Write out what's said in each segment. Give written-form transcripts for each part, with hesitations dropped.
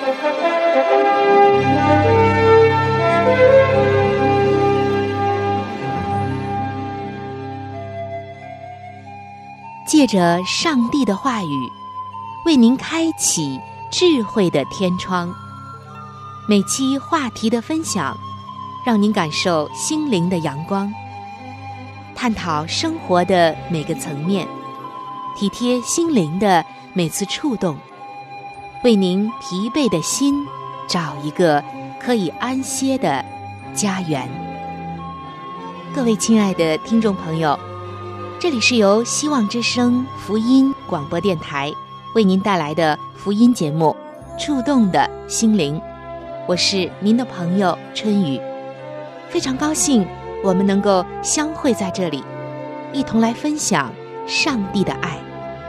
借着上帝的话语，为您开启智慧的天窗。每期话题的分享，让您感受心灵的阳光，探讨生活的每个层面，体贴心灵的每次触动，为您疲惫的心找一个可以安歇的家园。各位亲爱的听众朋友，这里是由希望之声福音广播电台为您带来的福音节目《触动的心灵》，我是您的朋友春雨，非常高兴我们能够相会在这里，一同来分享上帝的爱。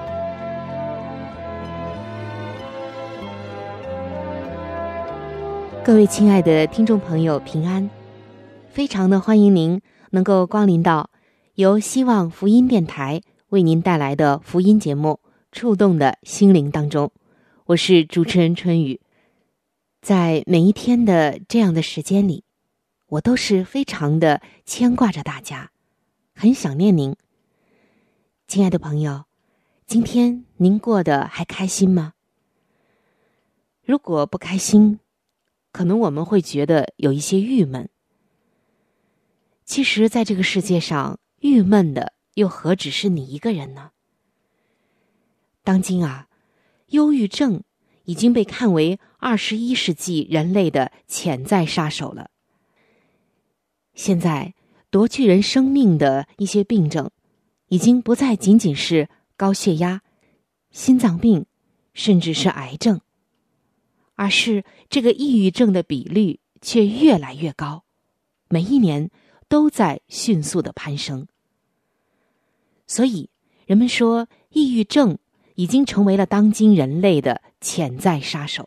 各位亲爱的听众朋友平安，非常的欢迎您能够光临到由希望福音电台为您带来的福音节目《触动的心灵》当中，我是主持人春雨。在每一天的这样的时间里，我都是非常的牵挂着大家，很想念您。亲爱的朋友，今天您过得还开心吗？如果不开心，可能我们会觉得有一些郁闷。其实在这个世界上，郁闷的又何止是你一个人呢？当今啊，忧郁症已经被看为21世纪人类的潜在杀手了。现在夺去人生命的一些病症，已经不再仅仅是高血压、心脏病，甚至是癌症，而是这个抑郁症的比率却越来越高，每一年都在迅速的攀升。所以人们说，抑郁症已经成为了当今人类的潜在杀手。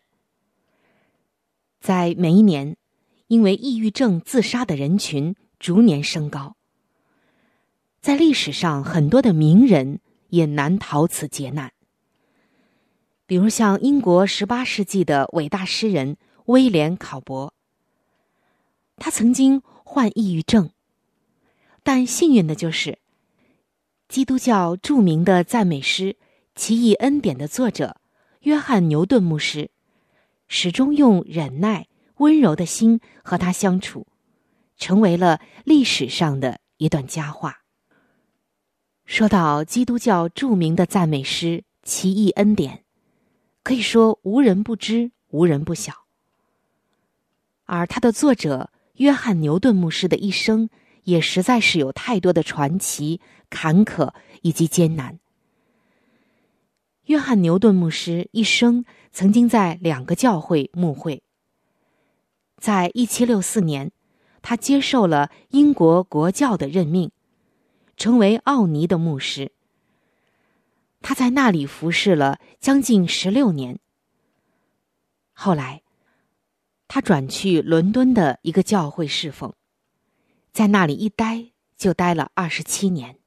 在每一年，因为抑郁症自杀的人群逐年升高。在历史上，很多的名人也难逃此劫难。比如像英国18世纪的伟大诗人威廉·考伯，他曾经患抑郁症，但幸运的就是基督教著名的赞美诗《奇异恩典》的作者约翰·牛顿牧师，始终用忍耐、温柔的心和他相处，成为了历史上的一段佳话。说到基督教著名的赞美诗《奇异恩典》，可以说无人不知，无人不晓。而他的作者约翰·牛顿牧师的一生，也实在是有太多的传奇、坎坷以及艰难。约翰·牛顿牧师一生曾经在2个教会牧会。在1764年，他接受了英国国教的任命，成为奥尼的牧师。他在那里服侍了将近16年。后来，他转去伦敦的一个教会侍奉，在那里一待就待了27年。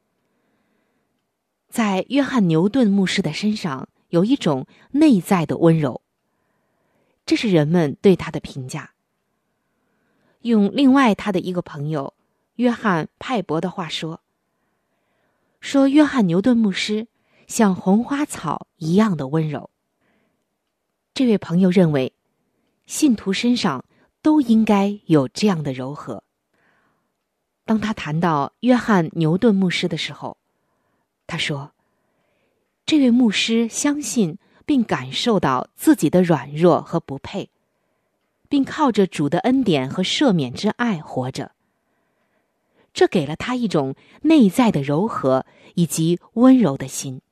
在约翰·牛顿牧师的身上有一种内在的温柔，这是人们对他的评价。用另外他的一个朋友约翰·派伯的话说约翰·牛顿牧师像红花草一样的温柔。这位朋友认为，信徒身上都应该有这样的柔和。当他谈到约翰·牛顿牧师的时候，他说，这位牧师相信并感受到自己的软弱和不配，并靠着主的恩典和赦免之爱活着。这给了他一种内在的柔和以及温柔的心。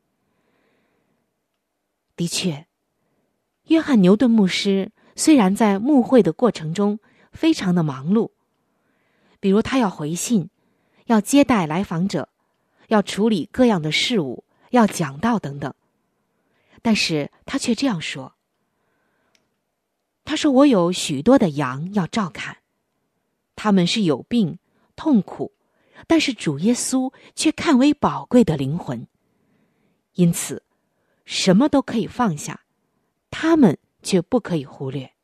的确，约翰·牛顿牧师虽然在牧会的过程中非常的忙碌，比如他要回信，要接待来访者，要处理各样的事务，要讲道等等，但是他却这样说，他说，我有许多的羊要照看，他们是有病痛苦，但是主耶稣却看为宝贵的灵魂，因此什么都可以放下，他们却不可以忽略。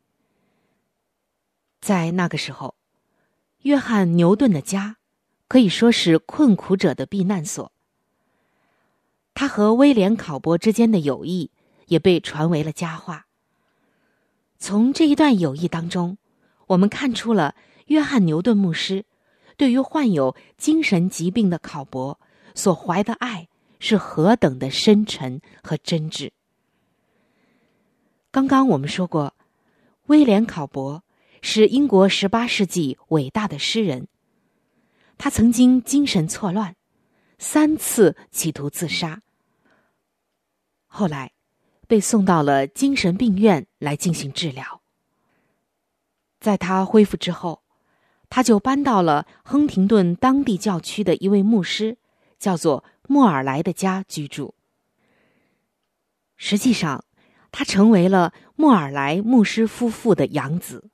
在那个时候，约翰·牛顿的家可以说是困苦者的避难所。他和威廉·考伯之间的友谊也被传为了佳话。从这一段友谊当中，我们看出了约翰·牛顿牧师对于患有精神疾病的考伯所怀的爱是何等的深沉和真挚。刚刚我们说过，威廉·考伯是英国18世纪伟大的诗人，他曾经精神错乱，3次企图自杀，后来被送到了精神病院来进行治疗。在他恢复之后，他就搬到了亨廷顿当地教区的一位牧师，叫做莫尔莱的家居住。实际上，他成为了莫尔莱牧师夫妇的养子。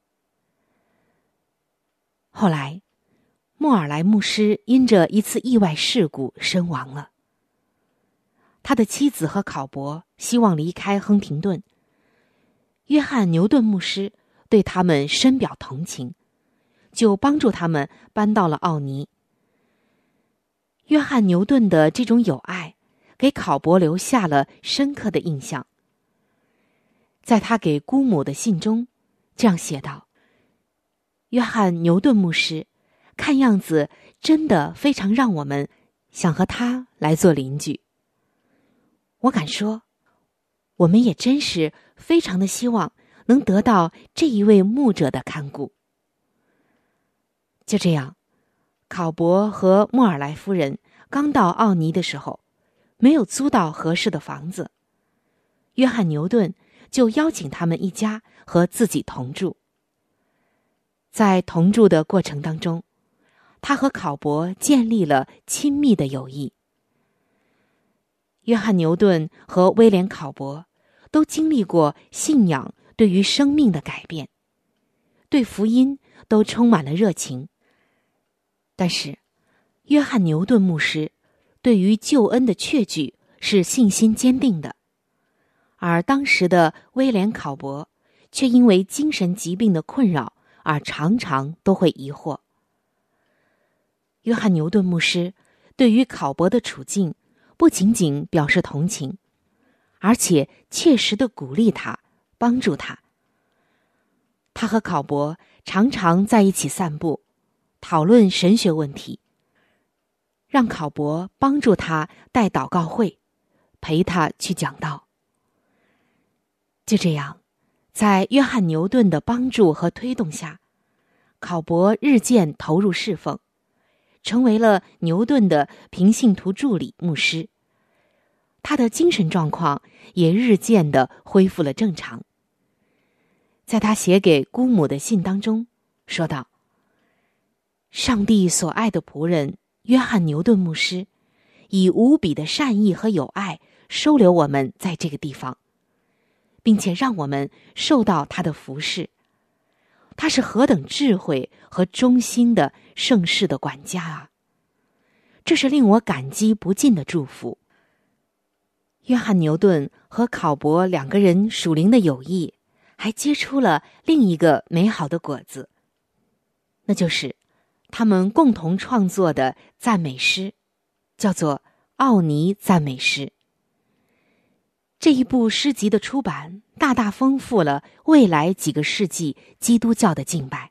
后来，莫尔莱牧师因着一次意外事故身亡了。他的妻子和考伯希望离开亨廷顿，约翰·牛顿牧师对他们深表同情，就帮助他们搬到了奥尼。约翰·牛顿的这种友爱给考伯留下了深刻的印象。在他给姑母的信中这样写道：约翰·牛顿牧师看样子真的非常让我们想和他来做邻居。我敢说，我们也真是非常的希望能得到这一位牧者的看顾。就这样，考伯和莫尔莱夫人刚到奥尼的时候，没有租到合适的房子，约翰·牛顿就邀请他们一家和自己同住。在同住的过程当中，他和考伯建立了亲密的友谊。约翰·牛顿和威廉·考伯都经历过信仰对于生命的改变，对福音都充满了热情。但是，约翰·牛顿牧师对于救恩的确据是信心坚定的，而当时的威廉·考伯却因为精神疾病的困扰而常常都会疑惑。约翰·牛顿牧师对于考伯的处境不仅仅表示同情，而且切实地鼓励他，帮助他。他和考伯常常在一起散步，讨论神学问题，让考伯帮助他带祷告会，陪他去讲道。就这样，在约翰·牛顿的帮助和推动下，考伯日渐投入侍奉，成为了牛顿的平信徒助理牧师。他的精神状况也日渐地恢复了正常。在他写给姑母的信当中说道：上帝所爱的仆人约翰·牛顿牧师以无比的善意和友爱收留我们在这个地方，并且让我们受到他的服侍。他是何等智慧和忠心的盛世的管家啊！这是令我感激不尽的祝福。约翰·牛顿和考伯两个人属灵的友谊还结出了另一个美好的果子，那就是他们共同创作的赞美诗，叫做《奥尼赞美诗》。这一部诗集的出版大大丰富了未来几个世纪基督教的敬拜。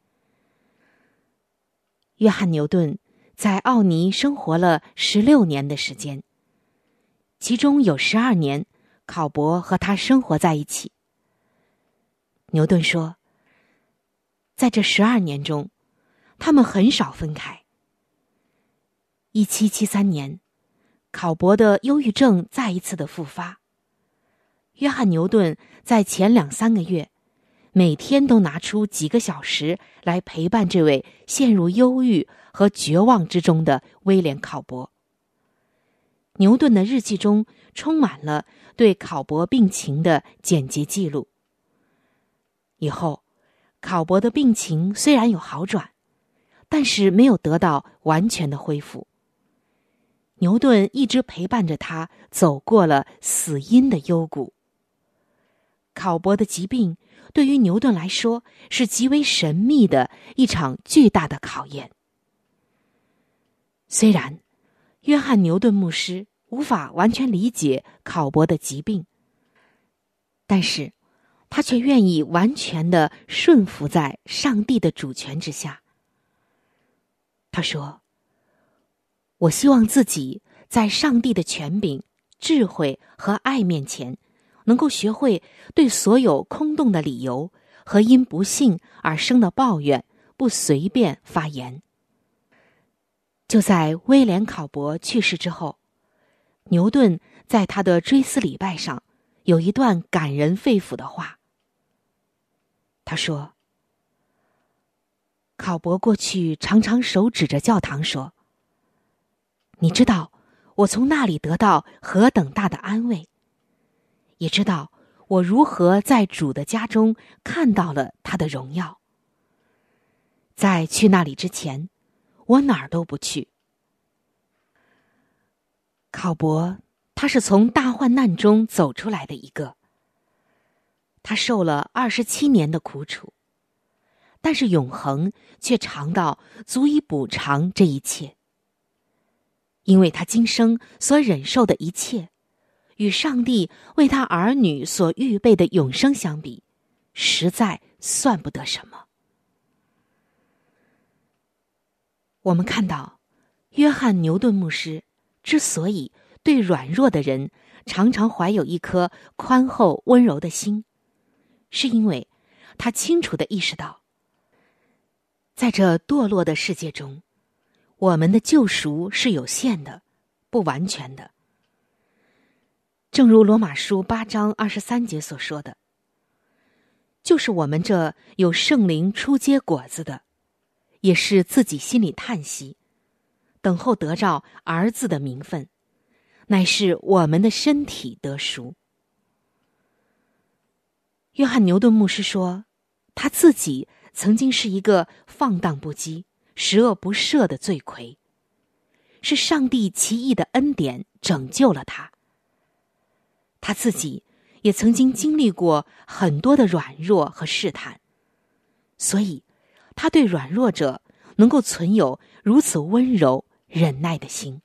约翰·牛顿在奥尼生活了16年的时间，其中有12年，考伯和他生活在一起。牛顿说，在这12年中，他们很少分开。1773年，考伯的忧郁症再一次的复发。约翰·牛顿在前2-3个月，每天都拿出几个小时来陪伴这位陷入忧郁和绝望之中的威廉·考伯。牛顿的日记中充满了对考伯病情的简洁记录。以后，考伯的病情虽然有好转，但是没有得到完全的恢复。牛顿一直陪伴着他走过了死荫的幽谷。 考伯的疾病对于牛顿来说是极为神秘的一场巨大的考验。虽然约翰牛顿牧师无法完全理解考伯的疾病，但是他却愿意完全地顺服在上帝的主权之下。他说：我希望自己在上帝的权柄、智慧和爱面前，能够学会对所有空洞的理由和因不幸而生的抱怨不随便发言。就在威廉·考伯去世之后，牛顿在他的追思礼拜上有一段感人肺腑的话。他说：考伯过去常常手指着教堂说，你知道我从那里得到何等大的安慰，也知道我如何在主的家中看到了他的荣耀。在去那里之前，我哪儿都不去。考伯他是从大患难中走出来的一个，他受了27年的苦楚，但是永恒却长到足以补偿这一切。因为他今生所忍受的一切，与上帝为他儿女所预备的永生相比，实在算不得什么。我们看到，约翰牛顿牧师之所以对软弱的人常常怀有一颗宽厚温柔的心，是因为他清楚地意识到，在这堕落的世界中，我们的救赎是有限的，不完全的。正如罗马书8章23节所说的，就是我们这有圣灵初结果子的，也是自己心里叹息，等候得着儿子的名分，乃是我们的身体得赎。约翰牛顿牧师说，他自己曾经是一个放荡不羁、十恶不赦的罪魁，是上帝奇异的恩典拯救了他。他自己也曾经经历过很多的软弱和试探，所以他对软弱者能够存有如此温柔忍耐的心。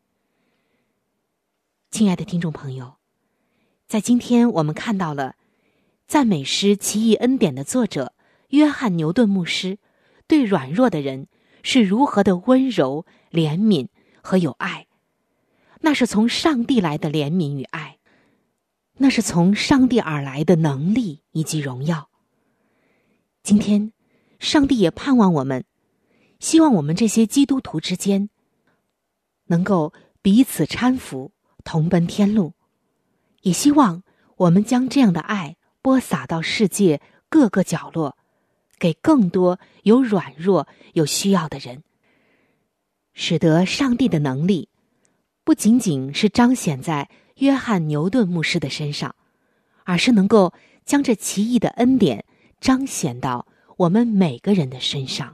亲爱的听众朋友，在今天我们看到了赞美诗奇异恩典的作者约翰牛顿牧师对软弱的人是如何的温柔、怜悯和有爱。那是从上帝来的怜悯与爱，那是从上帝而来的能力以及荣耀。今天上帝也盼望我们，希望我们这些基督徒之间能够彼此搀扶，同奔天路，也希望我们将这样的爱播撒到世界各个角落，给更多有软弱有需要的人，使得上帝的能力不仅仅是彰显在约翰牛顿牧师的身上，而是能够将这奇异的恩典彰显到我们每个人的身上。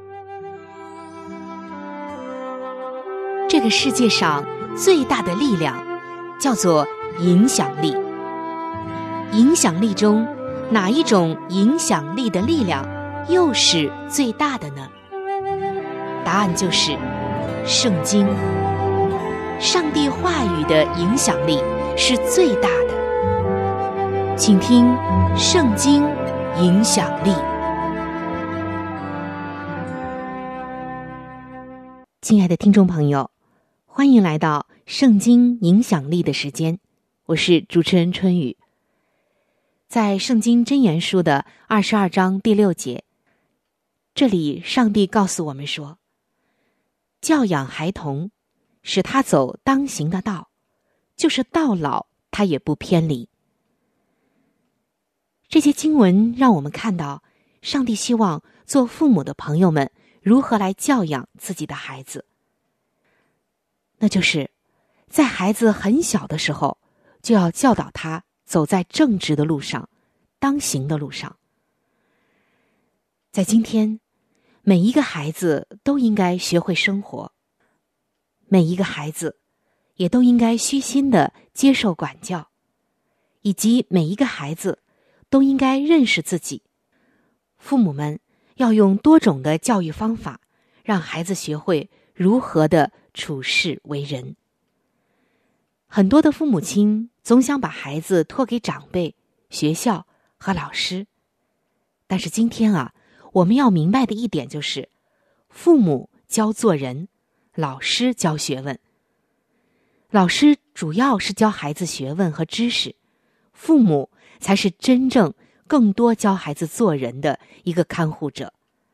这个世界上最大的力量叫做影响力。影响力中哪一种影响力的力量又是最大的呢？答案就是圣经。上帝话语的影响力是最大的。请听圣经影响力。亲爱的听众朋友，欢迎来到圣经影响力的时间，我是主持人春雨。在圣经箴言书的22章第6节，这里上帝告诉我们说，教养孩童，使他走当行的道，就是到老他也不偏离。这些经文让我们看到，上帝希望做父母的朋友们如何来教养自己的孩子。那就是在孩子很小的时候，就要教导他走在正直的路上，当行的路上。在今天，每一个孩子都应该学会生活，每一个孩子也都应该虚心地接受管教，以及每一个孩子都应该认识自己。父母们要用多种的教育方法，让孩子学会如何的处事为人。很多的父母亲总想把孩子托给长辈、学校和老师，但是今天啊，我们要明白的一点就是，父母教做人，老师教学问。老师主要是教孩子学问和知识，父母才是真正更多教孩子做人的一个看护者。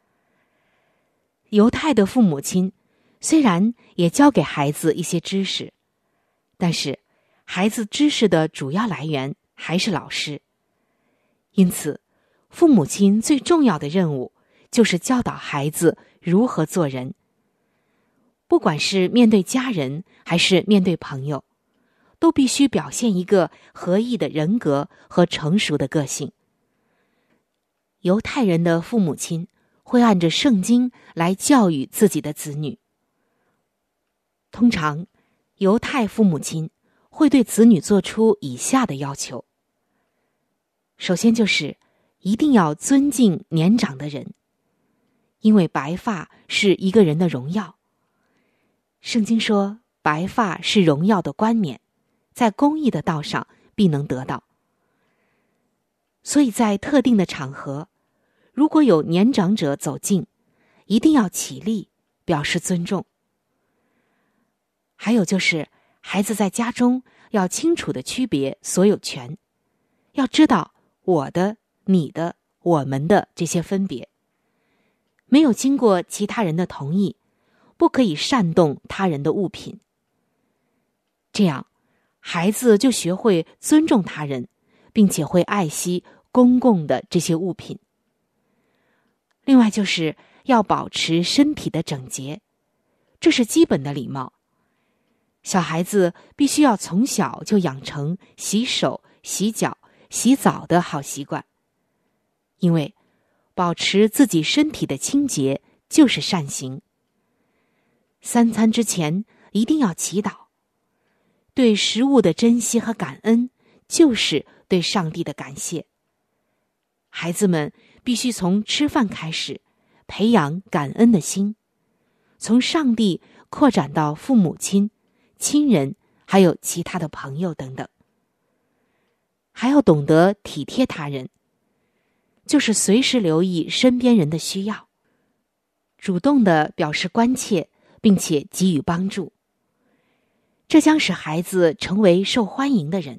犹太的父母亲虽然也教给孩子一些知识，但是孩子知识的主要来源还是老师。因此，父母亲最重要的任务就是教导孩子如何做人。不管是面对家人还是面对朋友，都必须表现一个合一的人格和成熟的个性。犹太人的父母亲会按着圣经来教育自己的子女。通常，犹太父母亲会对子女做出以下的要求。首先就是一定要尊敬年长的人，因为白发是一个人的荣耀。圣经说，白发是荣耀的冠冕，在公义的道上必能得到。所以在特定的场合，如果有年长者走近，一定要起立表示尊重。还有就是孩子在家中要清楚地区别所有权，要知道我的、你的、我们的这些分别。没有经过其他人的同意，不可以擅动他人的物品。这样，孩子就学会尊重他人，并且会爱惜公共的这些物品。另外就是要保持身体的整洁，这是基本的礼貌。小孩子必须要从小就养成洗手、洗脚、洗澡的好习惯，因为保持自己身体的清洁就是善行。3餐之前一定要祈祷，对食物的珍惜和感恩就是对上帝的感谢。孩子们必须从吃饭开始培养感恩的心，从上帝扩展到父母亲、亲人，还有其他的朋友等等。还要懂得体贴他人，就是随时留意身边人的需要，主动地表示关切，并且给予帮助。这将使孩子成为受欢迎的人。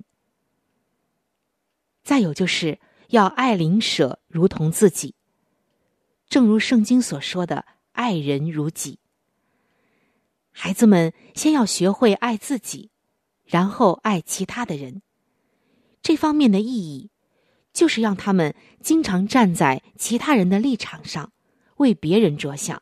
再有就是要爱邻舍如同自己，正如圣经所说的，爱人如己。孩子们先要学会爱自己，然后爱其他的人。这方面的意义，就是让他们经常站在其他人的立场上，为别人着想。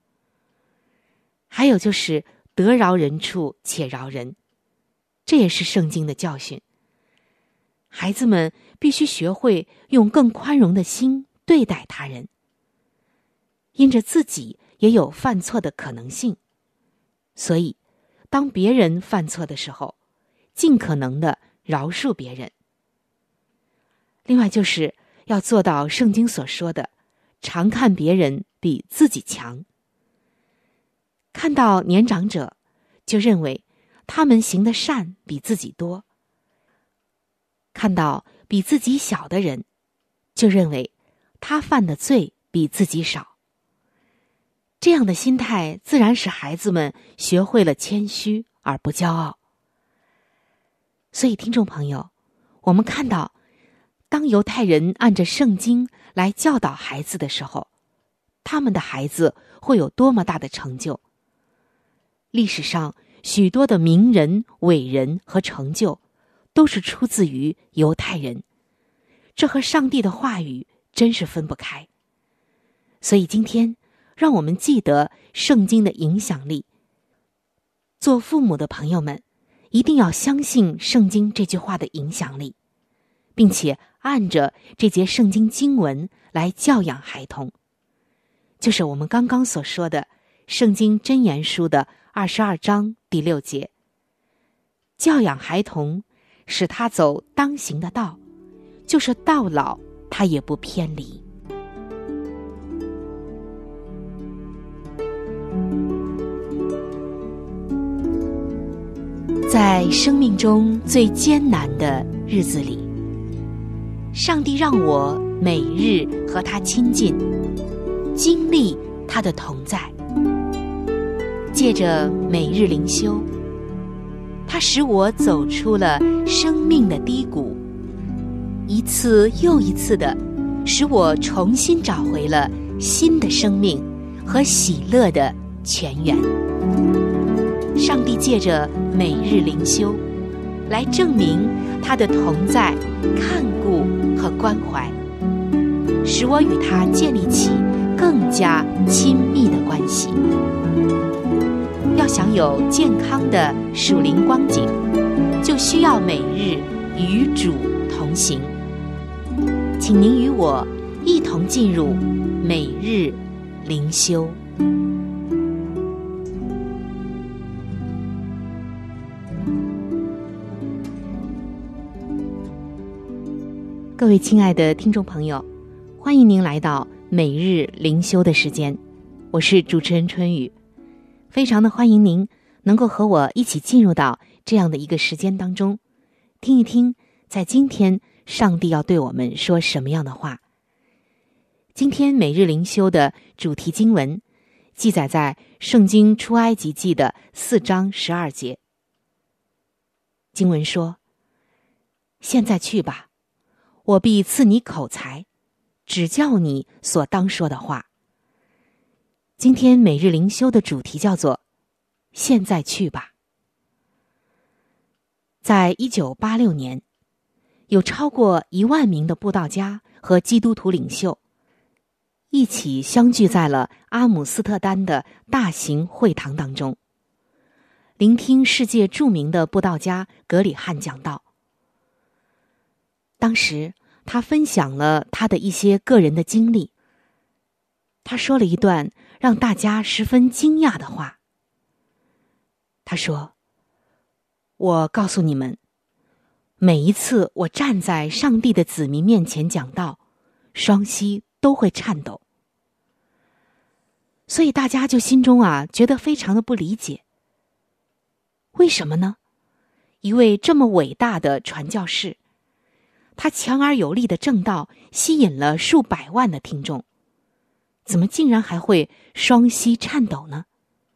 还有就是得饶人处且饶人，这也是圣经的教训。孩子们必须学会用更宽容的心对待他人，因着自己也有犯错的可能性，所以当别人犯错的时候，尽可能的饶恕别人。另外就是要做到圣经所说的，常看别人比自己强。看到年长者，就认为他们行的善比自己多；看到比自己小的人，就认为他犯的罪比自己少。这样的心态自然使孩子们学会了谦虚而不骄傲。所以听众朋友，我们看到当犹太人按着圣经来教导孩子的时候，他们的孩子会有多么大的成就。历史上许多的名人、伟人和成就都是出自于犹太人，这和上帝的话语真是分不开。所以今天让我们记得圣经的影响力。做父母的朋友们一定要相信圣经这句话的影响力，并且按着这节圣经经文来教养孩童，就是我们刚刚所说的圣经箴言书的22章第6节，教养孩童，使他走当行的道， 就是到老他也不偏离。在生命中最艰难的日子里，上帝让我每日和他亲近，经历他的同在。借着每日灵修，他使我走出了生命的低谷，一次又一次的使我重新找回了新的生命和喜乐的泉源。上帝借着每日灵修来证明他的同在、看顾和关怀，使我与他建立起更加亲密的关系。要享有健康的属灵光景，就需要每日与主同行。请您与我一同进入每日灵修。各位亲爱的听众朋友，欢迎您来到每日灵修的时间，我是主持人春雨。非常的欢迎您能够和我一起进入到这样的一个时间当中，听一听在今天上帝要对我们说什么样的话。今天每日灵修的主题经文记载在圣经出埃及记的4章12节。经文说：现在去吧，我必赐你口才，指教你所当说的话。今天每日灵修的主题叫做现在去吧。在1986年，有超过1万名的布道家和基督徒领袖一起相聚在了阿姆斯特丹的大型会堂当中，聆听世界著名的布道家格里汉讲道。当时他分享了他的一些个人的经历，他说了一段让大家十分惊讶的话。他说：我告诉你们，每一次我站在上帝的子民面前讲道，双膝都会颤抖。所以大家就心中觉得非常的不理解。为什么呢？一位这么伟大的传教士，他强而有力的正道吸引了数百万的听众，怎么竟然还会双膝颤抖呢？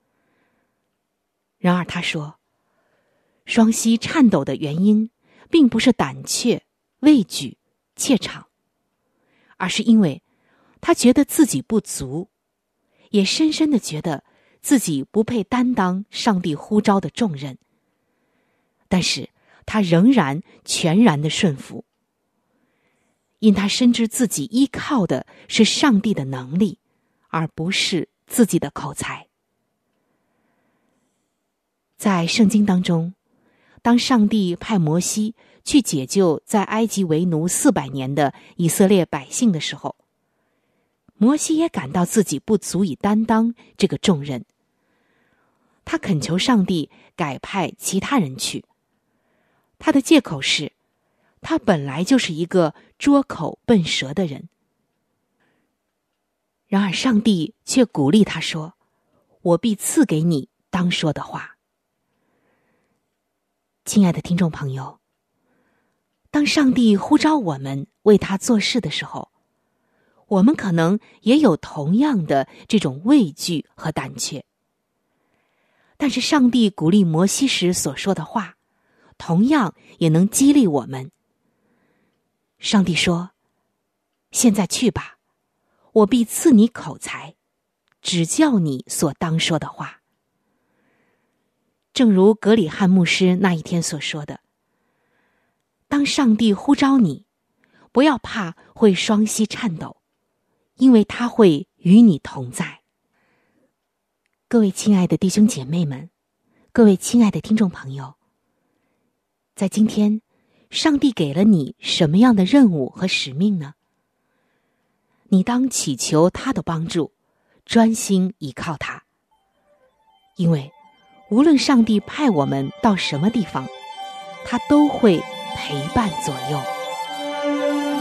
然而他说，双膝颤抖的原因并不是胆怯、畏惧、怯场，而是因为他觉得自己不足，也深深地觉得自己不配担当上帝呼召的重任。但是他仍然全然的顺服，因他深知自己依靠的是上帝的能力，而不是自己的口才。在圣经当中，当上帝派摩西去解救在埃及为奴400年的以色列百姓的时候，摩西也感到自己不足以担当这个重任。他恳求上帝改派其他人去，他的借口是他本来就是一个拙口笨舌的人。然而上帝却鼓励他说，我必赐给你当说的话。亲爱的听众朋友，当上帝呼召我们为他做事的时候，我们可能也有同样的这种畏惧和胆怯。但是上帝鼓励摩西时所说的话，同样也能激励我们。上帝说，现在去吧，我必赐你口才，指教你所当说的话。正如格里汉牧师那一天所说的，当上帝呼召你，不要怕会双膝颤抖，因为他会与你同在。各位亲爱的弟兄姐妹们，各位亲爱的听众朋友，在今天，上帝给了你什么样的任务和使命呢？你当祈求他的帮助，专心依靠他。因为无论上帝派我们到什么地方，他都会陪伴左右。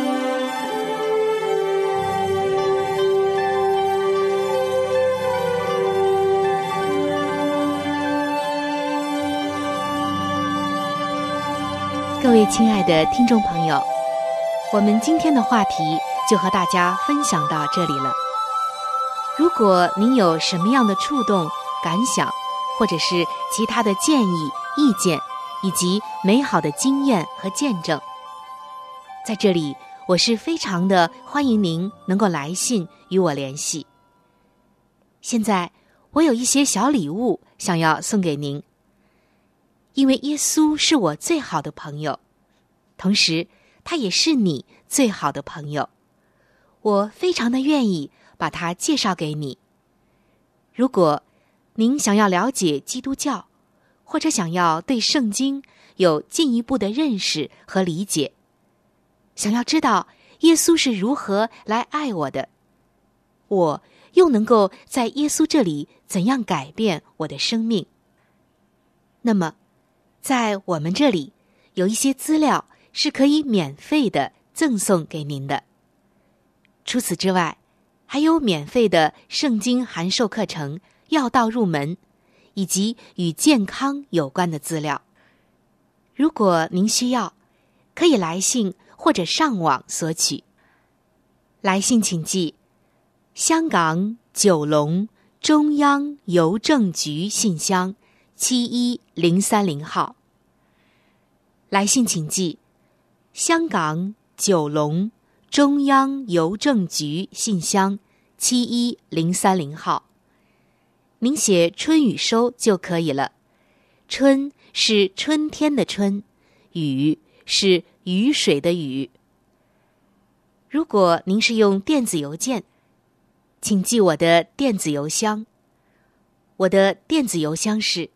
各位亲爱的听众朋友，我们今天的话题就和大家分享到这里了。如果您有什么样的触动、感想，或者是其他的建议、意见，以及美好的经验和见证，在这里我是非常的欢迎您能够来信与我联系。现在我有一些小礼物想要送给您，因为耶稣是我最好的朋友，同时他也是你最好的朋友，我非常的愿意把他介绍给你。如果您想要了解基督教，或者想要对圣经有进一步的认识和理解，想要知道耶稣是如何来爱我的，我又能够在耶稣这里怎样改变我的生命，那么在我们这里有一些资料是可以免费的赠送给您的。除此之外，还有免费的圣经函授课程要道入门，以及与健康有关的资料。如果您需要，可以来信或者上网索取。来信请寄香港九龙中央邮政局信箱71030号。来信请寄香港九龙中央邮政局信箱71030号。您写春雨收就可以了。春是春天的春，雨是雨水的雨。如果您是用电子邮件，请记我的电子邮箱。我的电子邮箱是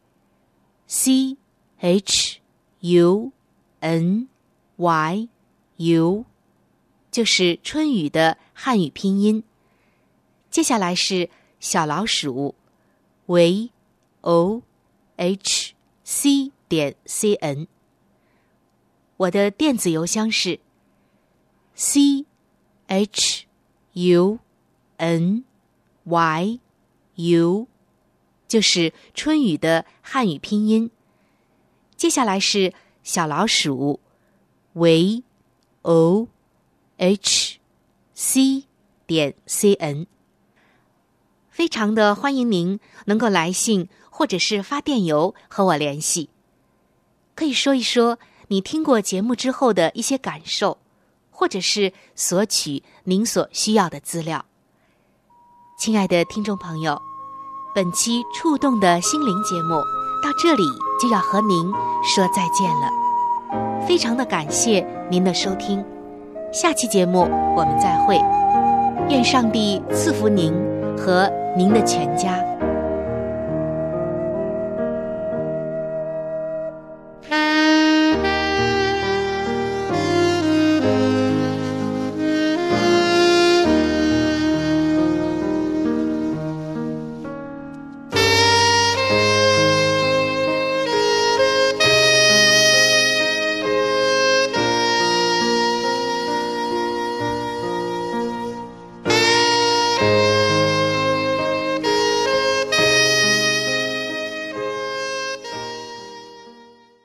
CHUNYU， 就是春雨的汉语拼音。接下来是小老鼠vohc.cn。 我的电子邮箱是 CHUNYU， 就是春雨的汉语拼音。接下来是小老鼠vohc.cn。非常的欢迎您能够来信或者是发电邮和我联系，可以说一说你听过节目之后的一些感受，或者是索取您所需要的资料。亲爱的听众朋友，本期触动的心灵节目到这里就要和您说再见了，非常的感谢您的收听，下期节目我们再会，愿上帝赐福您和您的全家。